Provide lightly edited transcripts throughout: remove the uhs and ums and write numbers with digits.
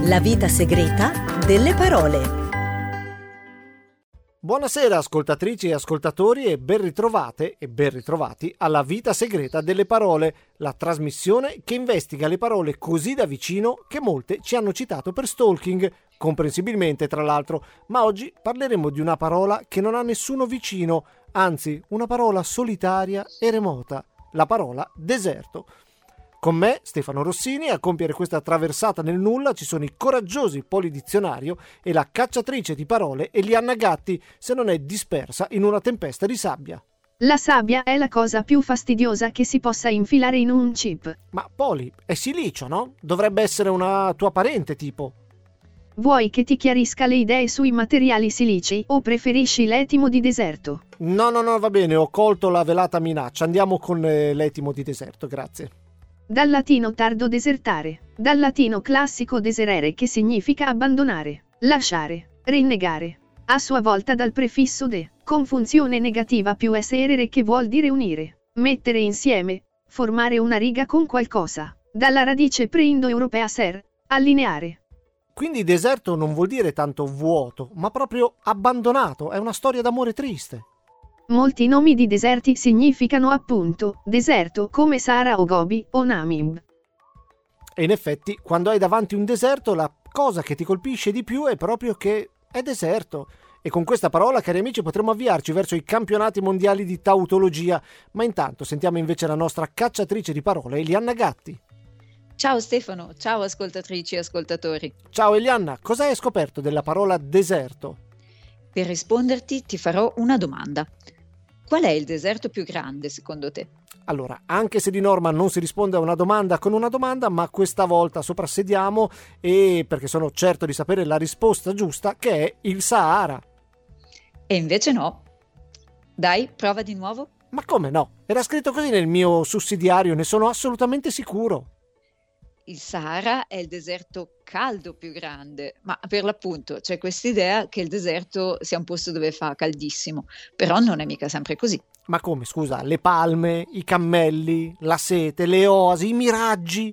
La vita segreta delle parole. Buonasera ascoltatrici e ascoltatori e ben ritrovate e ben ritrovati alla Vita segreta delle parole, la trasmissione che investiga le parole così da vicino che molte ci hanno citato per stalking, comprensibilmente tra l'altro, ma oggi parleremo di una parola che non ha nessuno vicino, anzi una parola solitaria e remota, la parola deserto. Con me, Stefano Rossini, a compiere questa traversata nel nulla ci sono i coraggiosi Polidizionario e la cacciatrice di parole Elianna Gatti, se non è dispersa in una tempesta di sabbia. La sabbia è la cosa più fastidiosa che si possa infilare in un chip. Ma Poli, è silicio, no? Dovrebbe essere una tua parente, tipo. Vuoi che ti chiarisca le idee sui materiali silicei o preferisci l'etimo di deserto? No, va bene, ho colto la velata minaccia. Andiamo con l'etimo di deserto, grazie. Dal latino tardo desertare, dal latino classico deserere che significa abbandonare, lasciare, rinnegare. A sua volta dal prefisso de, con funzione negativa più esserere che vuol dire unire, mettere insieme, formare una riga con qualcosa. Dalla radice pre-indoeuropea ser, allineare. Quindi deserto non vuol dire tanto vuoto, ma proprio abbandonato, è una storia d'amore triste. Molti nomi di deserti significano appunto deserto come Sahara o Gobi o Namib. E in effetti, quando hai davanti un deserto, la cosa che ti colpisce di più è proprio che è deserto. E con questa parola, cari amici, potremmo avviarci verso i campionati mondiali di tautologia. Ma intanto sentiamo invece la nostra cacciatrice di parole, Elianna Gatti. Ciao Stefano, ciao ascoltatrici e ascoltatori. Ciao Elianna, cosa hai scoperto della parola deserto? Per risponderti ti farò una domanda. Qual è il deserto più grande secondo te? Allora, anche se di norma non si risponde a una domanda con una domanda, ma questa volta soprassediamo e perché sono certo di sapere la risposta giusta, che è il Sahara. E invece no. Dai, prova di nuovo. Ma come no? Era scritto così nel mio sussidiario, ne sono assolutamente sicuro. Il Sahara è il deserto caldo più grande, ma per l'appunto c'è quest'idea che il deserto sia un posto dove fa caldissimo, però non è mica sempre così. Ma come, scusa, le palme, i cammelli, la sete, le oasi, i miraggi?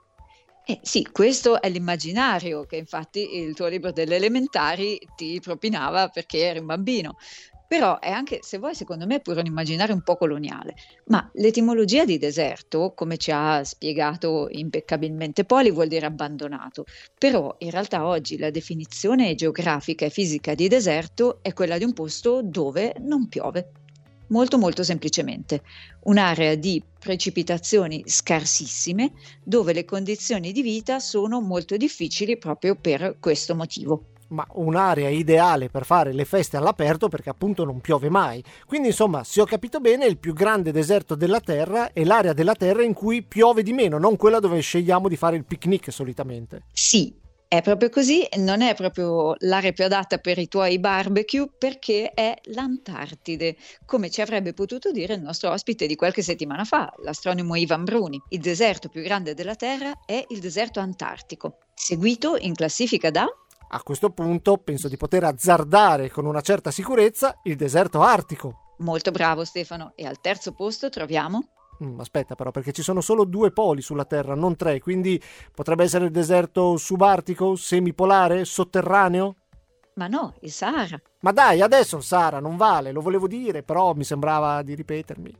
Sì, questo è l'immaginario che infatti il tuo libro delle elementari ti propinava perché eri un bambino. Però è anche, se vuoi, secondo me, pure un immaginario un po' coloniale. Ma l'etimologia di deserto, come ci ha spiegato impeccabilmente Poli, vuol dire abbandonato. Però in realtà oggi la definizione geografica e fisica di deserto è quella di un posto dove non piove. Molto molto semplicemente. Un'area di precipitazioni scarsissime dove le condizioni di vita sono molto difficili proprio per questo motivo. Ma un'area ideale per fare le feste all'aperto perché appunto non piove mai. Quindi insomma, se ho capito bene, il più grande deserto della Terra è l'area della Terra in cui piove di meno, non quella dove scegliamo di fare il picnic solitamente. Sì, è proprio così, non è proprio l'area più adatta per i tuoi barbecue perché è l'Antartide, come ci avrebbe potuto dire il nostro ospite di qualche settimana fa, l'astronomo Ivan Bruni. Il deserto più grande della Terra è il deserto antartico, seguito in classifica da... A questo punto penso di poter azzardare con una certa sicurezza il deserto artico. Molto bravo Stefano, e al terzo posto troviamo? Aspetta però, perché ci sono solo 2 poli sulla Terra, non 3, quindi potrebbe essere il deserto subartico, semipolare, sotterraneo? Ma no, il Sahara. Ma dai, adesso il Sahara non vale, lo volevo dire, però mi sembrava di ripetermi.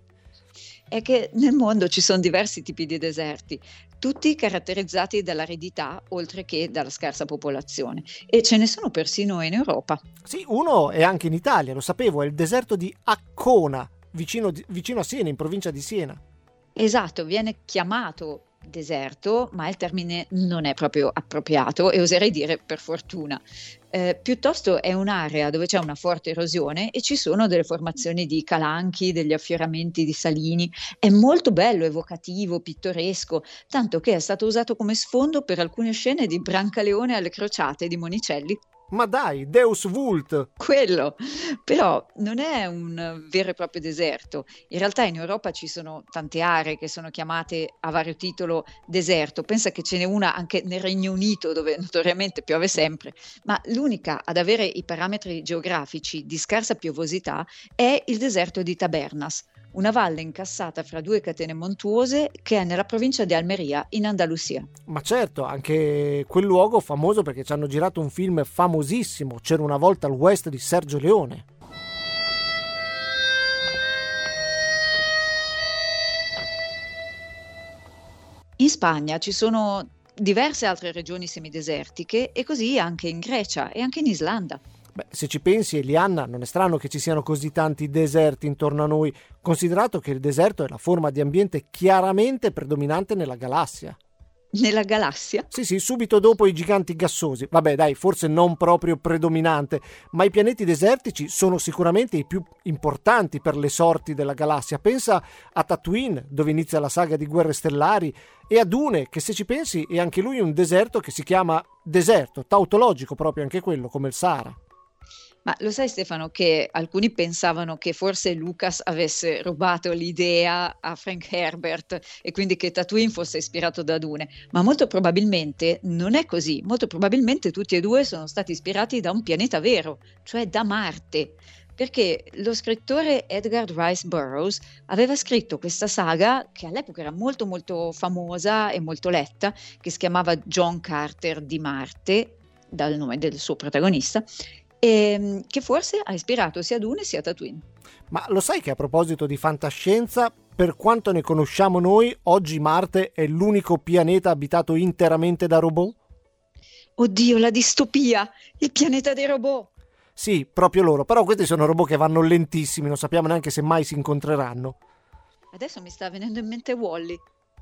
È che nel mondo ci sono diversi tipi di deserti, tutti caratterizzati dall'aridità oltre che dalla scarsa popolazione, e ce ne sono persino in Europa. Sì, uno è anche in Italia, lo sapevo, è il deserto di Ancona, vicino a Siena, in provincia di Siena. Esatto, viene chiamato deserto, ma il termine non è proprio appropriato e oserei dire per fortuna. Piuttosto è un'area dove c'è una forte erosione e ci sono delle formazioni di calanchi, degli affioramenti di salini. È molto bello, evocativo, pittoresco, tanto che è stato usato come sfondo per alcune scene di Brancaleone alle crociate di Monicelli. Ma dai, Deus Vult! Quello, però non è un vero e proprio deserto. In realtà in Europa ci sono tante aree che sono chiamate a vario titolo deserto. Pensa che ce n'è una anche nel Regno Unito dove notoriamente piove sempre, ma l'unica ad avere i parametri geografici di scarsa piovosità è il deserto di Tabernas, una valle incassata fra due catene montuose che è nella provincia di Almeria, in Andalusia. Ma certo, anche quel luogo famoso perché ci hanno girato un film famosissimo, C'era una volta al West di Sergio Leone. In Spagna ci sono diverse altre regioni semidesertiche e così anche in Grecia e anche in Islanda. Beh, se ci pensi, Elianna, non è strano che ci siano così tanti deserti intorno a noi, considerato che il deserto è la forma di ambiente chiaramente predominante nella galassia. Nella galassia? Sì, subito dopo i giganti gassosi. Vabbè, dai, forse non proprio predominante, ma i pianeti desertici sono sicuramente i più importanti per le sorti della galassia. Pensa a Tatooine, dove inizia la saga di Guerre Stellari, e a Dune, che se ci pensi è anche lui un deserto che si chiama deserto, tautologico proprio anche quello, come il Sahara. Ma lo sai Stefano che alcuni pensavano che forse Lucas avesse rubato l'idea a Frank Herbert e quindi che Tatooine fosse ispirato da Dune, ma molto probabilmente non è così, molto probabilmente tutti e due sono stati ispirati da un pianeta vero, cioè da Marte, perché lo scrittore Edgar Rice Burroughs aveva scritto questa saga che all'epoca era molto molto famosa e molto letta, che si chiamava John Carter di Marte, dal nome del suo protagonista, e che forse ha ispirato sia Dune sia Tatooine. Ma lo sai che a proposito di fantascienza, per quanto ne conosciamo noi, oggi Marte è l'unico pianeta abitato interamente da robot? Oddio, la distopia! Il pianeta dei robot! Sì, proprio loro, però questi sono robot che vanno lentissimi, non sappiamo neanche se mai si incontreranno. Adesso mi sta venendo in mente Wall-E.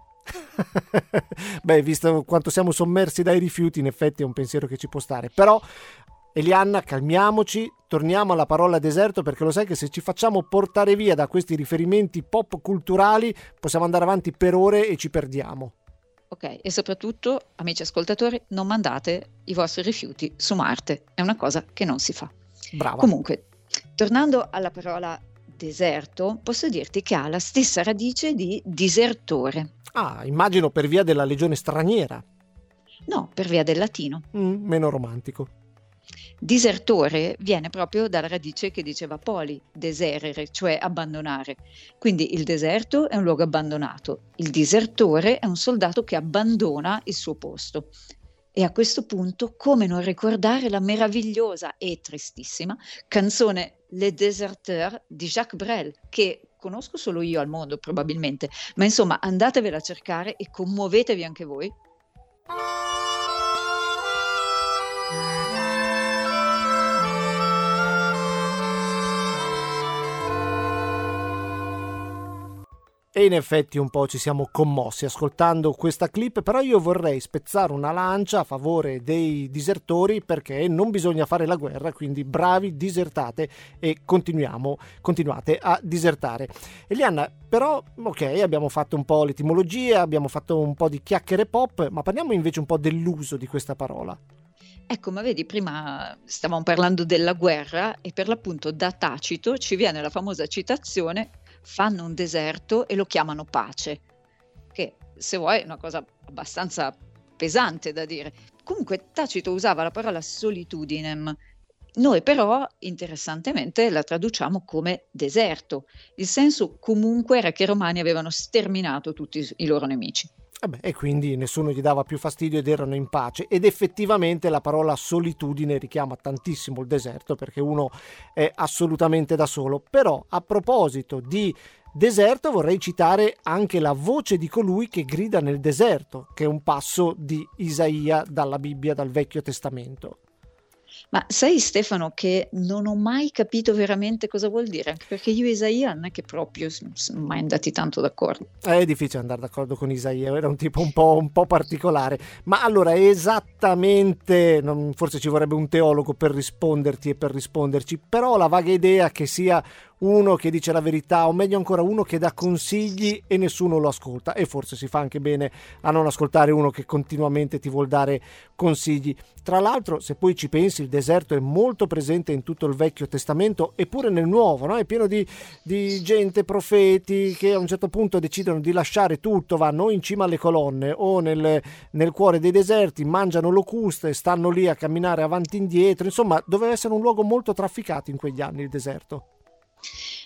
Beh, visto quanto siamo sommersi dai rifiuti, in effetti è un pensiero che ci può stare, però... Elianna, calmiamoci, torniamo alla parola deserto perché lo sai che se ci facciamo portare via da questi riferimenti pop culturali possiamo andare avanti per ore e ci perdiamo. Ok, e soprattutto, amici ascoltatori, non mandate i vostri rifiuti su Marte, è una cosa che non si fa. Brava. Comunque, tornando alla parola deserto, posso dirti che ha la stessa radice di disertore. Ah, immagino per via della legione straniera. No, per via del latino. Meno romantico. Disertore viene proprio dalla radice che diceva Poli, deserere, cioè abbandonare. Quindi il deserto è un luogo abbandonato, il disertore è un soldato che abbandona il suo posto. E a questo punto, come non ricordare la meravigliosa e tristissima canzone Les Déserteurs di Jacques Brel, che conosco solo io al mondo probabilmente, ma insomma andatevela a cercare e commuovetevi anche voi. E in effetti un po' ci siamo commossi ascoltando questa clip, però io vorrei spezzare una lancia a favore dei disertori perché non bisogna fare la guerra, quindi bravi, disertate e continuate a disertare. Elianna, però ok, abbiamo fatto un po' l'etimologia, abbiamo fatto un po' di chiacchiere pop, ma parliamo invece un po' dell'uso di questa parola. Ecco, ma vedi, prima stavamo parlando della guerra e per l'appunto da Tacito ci viene la famosa citazione: fanno un deserto e lo chiamano pace, che se vuoi è una cosa abbastanza pesante da dire. Comunque Tacito usava la parola solitudinem, noi però interessantemente la traduciamo come deserto. Il senso comunque era che i romani avevano sterminato tutti i loro nemici. E quindi nessuno gli dava più fastidio ed erano in pace, ed effettivamente la parola solitudine richiama tantissimo il deserto perché uno è assolutamente da solo. Però a proposito di deserto vorrei citare anche la voce di colui che grida nel deserto, che è un passo di Isaia dalla Bibbia, dal Vecchio Testamento. Ma sai Stefano che non ho mai capito veramente cosa vuol dire, anche perché io e Isaia non è che proprio sono mai andati tanto d'accordo. È difficile andare d'accordo con Isaia, era un tipo un po' particolare, ma allora esattamente, forse ci vorrebbe un teologo per risponderti e per risponderci, però ho la vaga idea che sia uno che dice la verità, o meglio ancora uno che dà consigli e nessuno lo ascolta, e forse si fa anche bene a non ascoltare uno che continuamente ti vuol dare consigli. Tra l'altro, se poi ci pensi, il deserto è molto presente in tutto il Vecchio Testamento e pure nel Nuovo, no? È pieno di gente, profeti, che a un certo punto decidono di lasciare tutto, vanno in cima alle colonne o nel cuore dei deserti, mangiano locuste, stanno lì a camminare avanti e indietro, insomma doveva essere un luogo molto trafficato in quegli anni il deserto.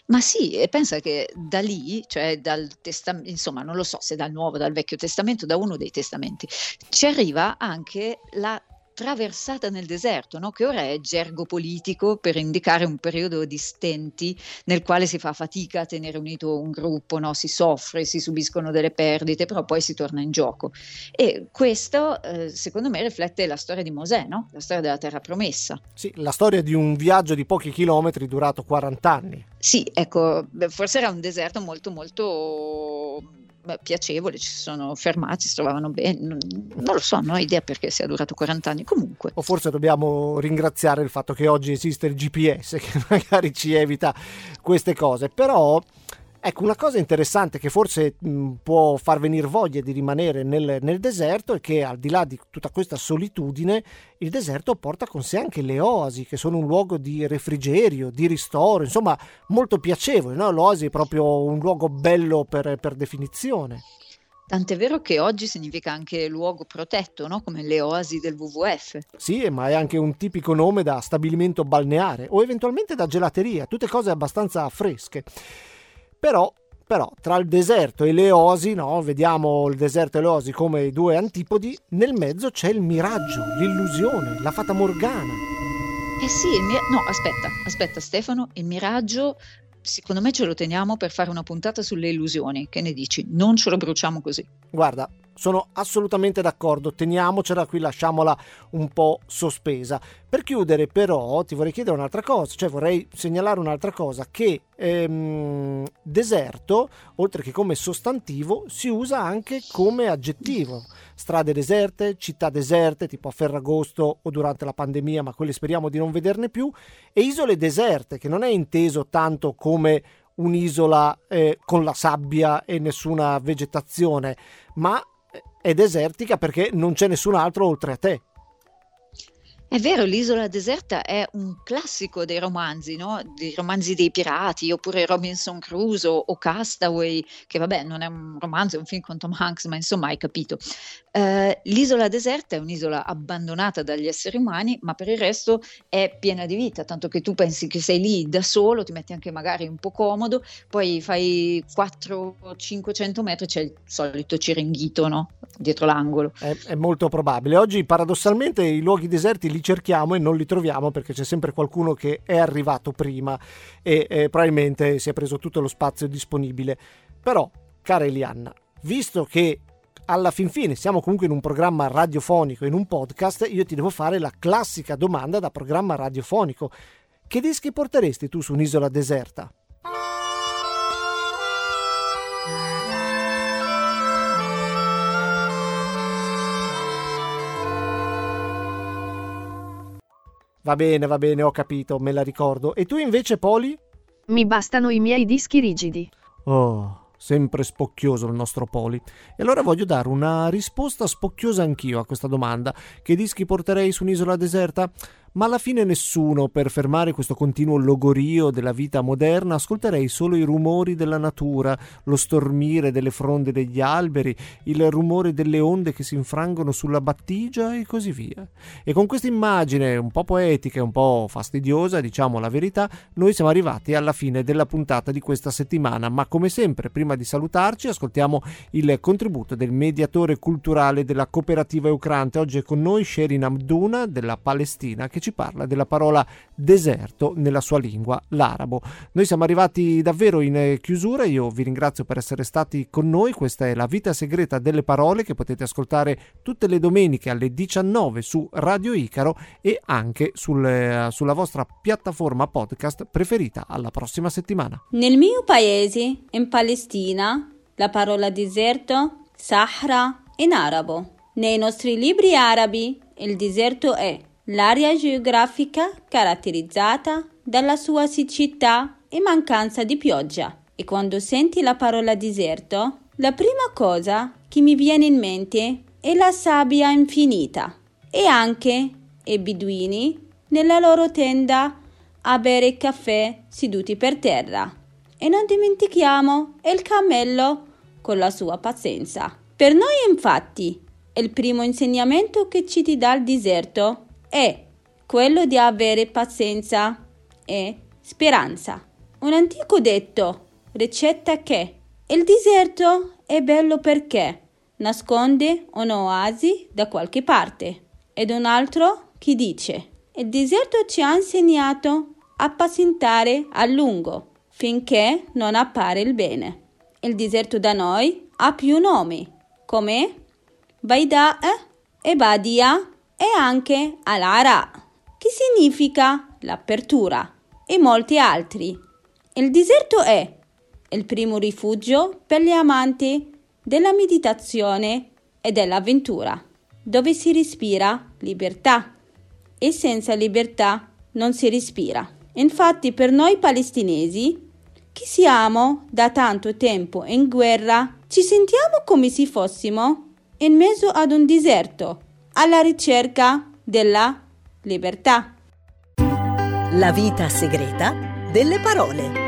Ma sì, e pensa che da lì, cioè insomma, non lo so se dal Nuovo, dal Vecchio Testamento, da uno dei testamenti, ci arriva anche la traversata nel deserto, no? Che ora è gergo politico per indicare un periodo di stenti nel quale si fa fatica a tenere unito un gruppo, no? Si soffre, si subiscono delle perdite, però poi si torna in gioco. E questo, secondo me, riflette la storia di Mosè, no? La storia della terra promessa. Sì, la storia di un viaggio di pochi chilometri durato 40 anni. Sì, ecco, forse era un deserto molto molto piacevole, ci sono fermati, si trovavano bene, non lo so, non ho idea perché sia durato 40 anni comunque. O forse dobbiamo ringraziare il fatto che oggi esiste il GPS che magari ci evita queste cose, però ecco, una cosa interessante che forse può far venire voglia di rimanere nel deserto è che al di là di tutta questa solitudine, il deserto porta con sé anche le oasi, che sono un luogo di refrigerio, di ristoro, insomma molto piacevole, no? L'oasi è proprio un luogo bello per definizione. Tant'è vero che oggi significa anche luogo protetto, no? Come le oasi del WWF. Sì, ma è anche un tipico nome da stabilimento balneare o eventualmente da gelateria, tutte cose abbastanza fresche. Però tra il deserto e le oasi, no? Vediamo il deserto e le oasi come i due antipodi, nel mezzo c'è il miraggio, l'illusione, la fata morgana. Eh sì, no, aspetta Stefano, il miraggio secondo me ce lo teniamo per fare una puntata sulle illusioni, che ne dici? Non ce lo bruciamo così. Guarda, sono assolutamente d'accordo, teniamocela qui, lasciamola un po' sospesa. Per chiudere però ti vorrei chiedere un'altra cosa, cioè vorrei segnalare un'altra cosa, che deserto, oltre che come sostantivo, si usa anche come aggettivo. Strade deserte, città deserte, tipo a Ferragosto o durante la pandemia, ma quelle speriamo di non vederne più, e isole deserte, che non è inteso tanto come un'isola con la sabbia e nessuna vegetazione, ma è desertica perché non c'è nessun altro oltre a te. È vero, l'isola deserta è un classico dei romanzi, no? Dei romanzi dei pirati, oppure Robinson Crusoe o Castaway, che vabbè non è un romanzo, è un film con Tom Hanks, ma insomma hai capito. L'isola deserta è un'isola abbandonata dagli esseri umani, ma per il resto è piena di vita, tanto che tu pensi che sei lì da solo, ti metti anche magari un po' comodo, poi fai 400-500 metri, c'è il solito Ciringhito, no? Dietro l'angolo. È molto probabile. Oggi paradossalmente i luoghi deserti li cerchiamo e non li troviamo perché c'è sempre qualcuno che è arrivato prima e probabilmente si è preso tutto lo spazio disponibile. Però, cara Elianna, visto che alla fin fine siamo comunque in un programma radiofonico, in un podcast, io ti devo fare la classica domanda da programma radiofonico. Che dischi porteresti tu su un'isola deserta? Va bene, ho capito, me la ricordo. E tu invece, Poli? Mi bastano i miei dischi rigidi. Oh, sempre spocchioso il nostro Poli. E allora voglio dare una risposta spocchiosa anch'io a questa domanda. Che dischi porterei su un'isola deserta? Ma alla fine nessuno. Per fermare questo continuo logorio della vita moderna ascolterei solo i rumori della natura, lo stormire delle fronde degli alberi, il rumore delle onde che si infrangono sulla battigia e così via. E con questa immagine un po' poetica e un po' fastidiosa, diciamo la verità, noi siamo arrivati alla fine della puntata di questa settimana, ma come sempre prima di salutarci ascoltiamo il contributo del mediatore culturale della cooperativa Eucrante. Oggi è con noi Sherin Amdouna della Palestina, che ci parla della parola deserto nella sua lingua, l'arabo. Noi siamo arrivati davvero in chiusura, io vi ringrazio per essere stati con noi. Questa è La vita segreta delle parole, che potete ascoltare tutte le domeniche alle 19 su Radio Icaro e anche sulla vostra piattaforma podcast preferita. Alla prossima settimana. Nel mio paese, in Palestina, la parola deserto, Sahara, in arabo. Nei nostri libri arabi, il deserto è l'area geografica caratterizzata dalla sua siccità e mancanza di pioggia. E quando senti la parola deserto, la prima cosa che mi viene in mente è la sabbia infinita e anche i beduini nella loro tenda a bere caffè seduti per terra. E non dimentichiamo il cammello con la sua pazienza. Per noi infatti il primo insegnamento che ci dà il deserto è quello di avere pazienza e speranza. un antico detto recita che il deserto è bello perché nasconde un'oasi da qualche parte, ed un altro che dice il deserto ci ha insegnato a pazientare a lungo finché non appare il bene. Il deserto da noi ha più nomi come Baidaa e Badia e anche Al-Ara, che significa l'apertura, e molti altri. Il deserto è il primo rifugio per gli amanti della meditazione e dell'avventura, dove si respira libertà, e senza libertà non si respira. Infatti per noi palestinesi, che siamo da tanto tempo in guerra, ci sentiamo come se fossimo in mezzo ad un deserto, alla ricerca della libertà. La vita segreta delle parole.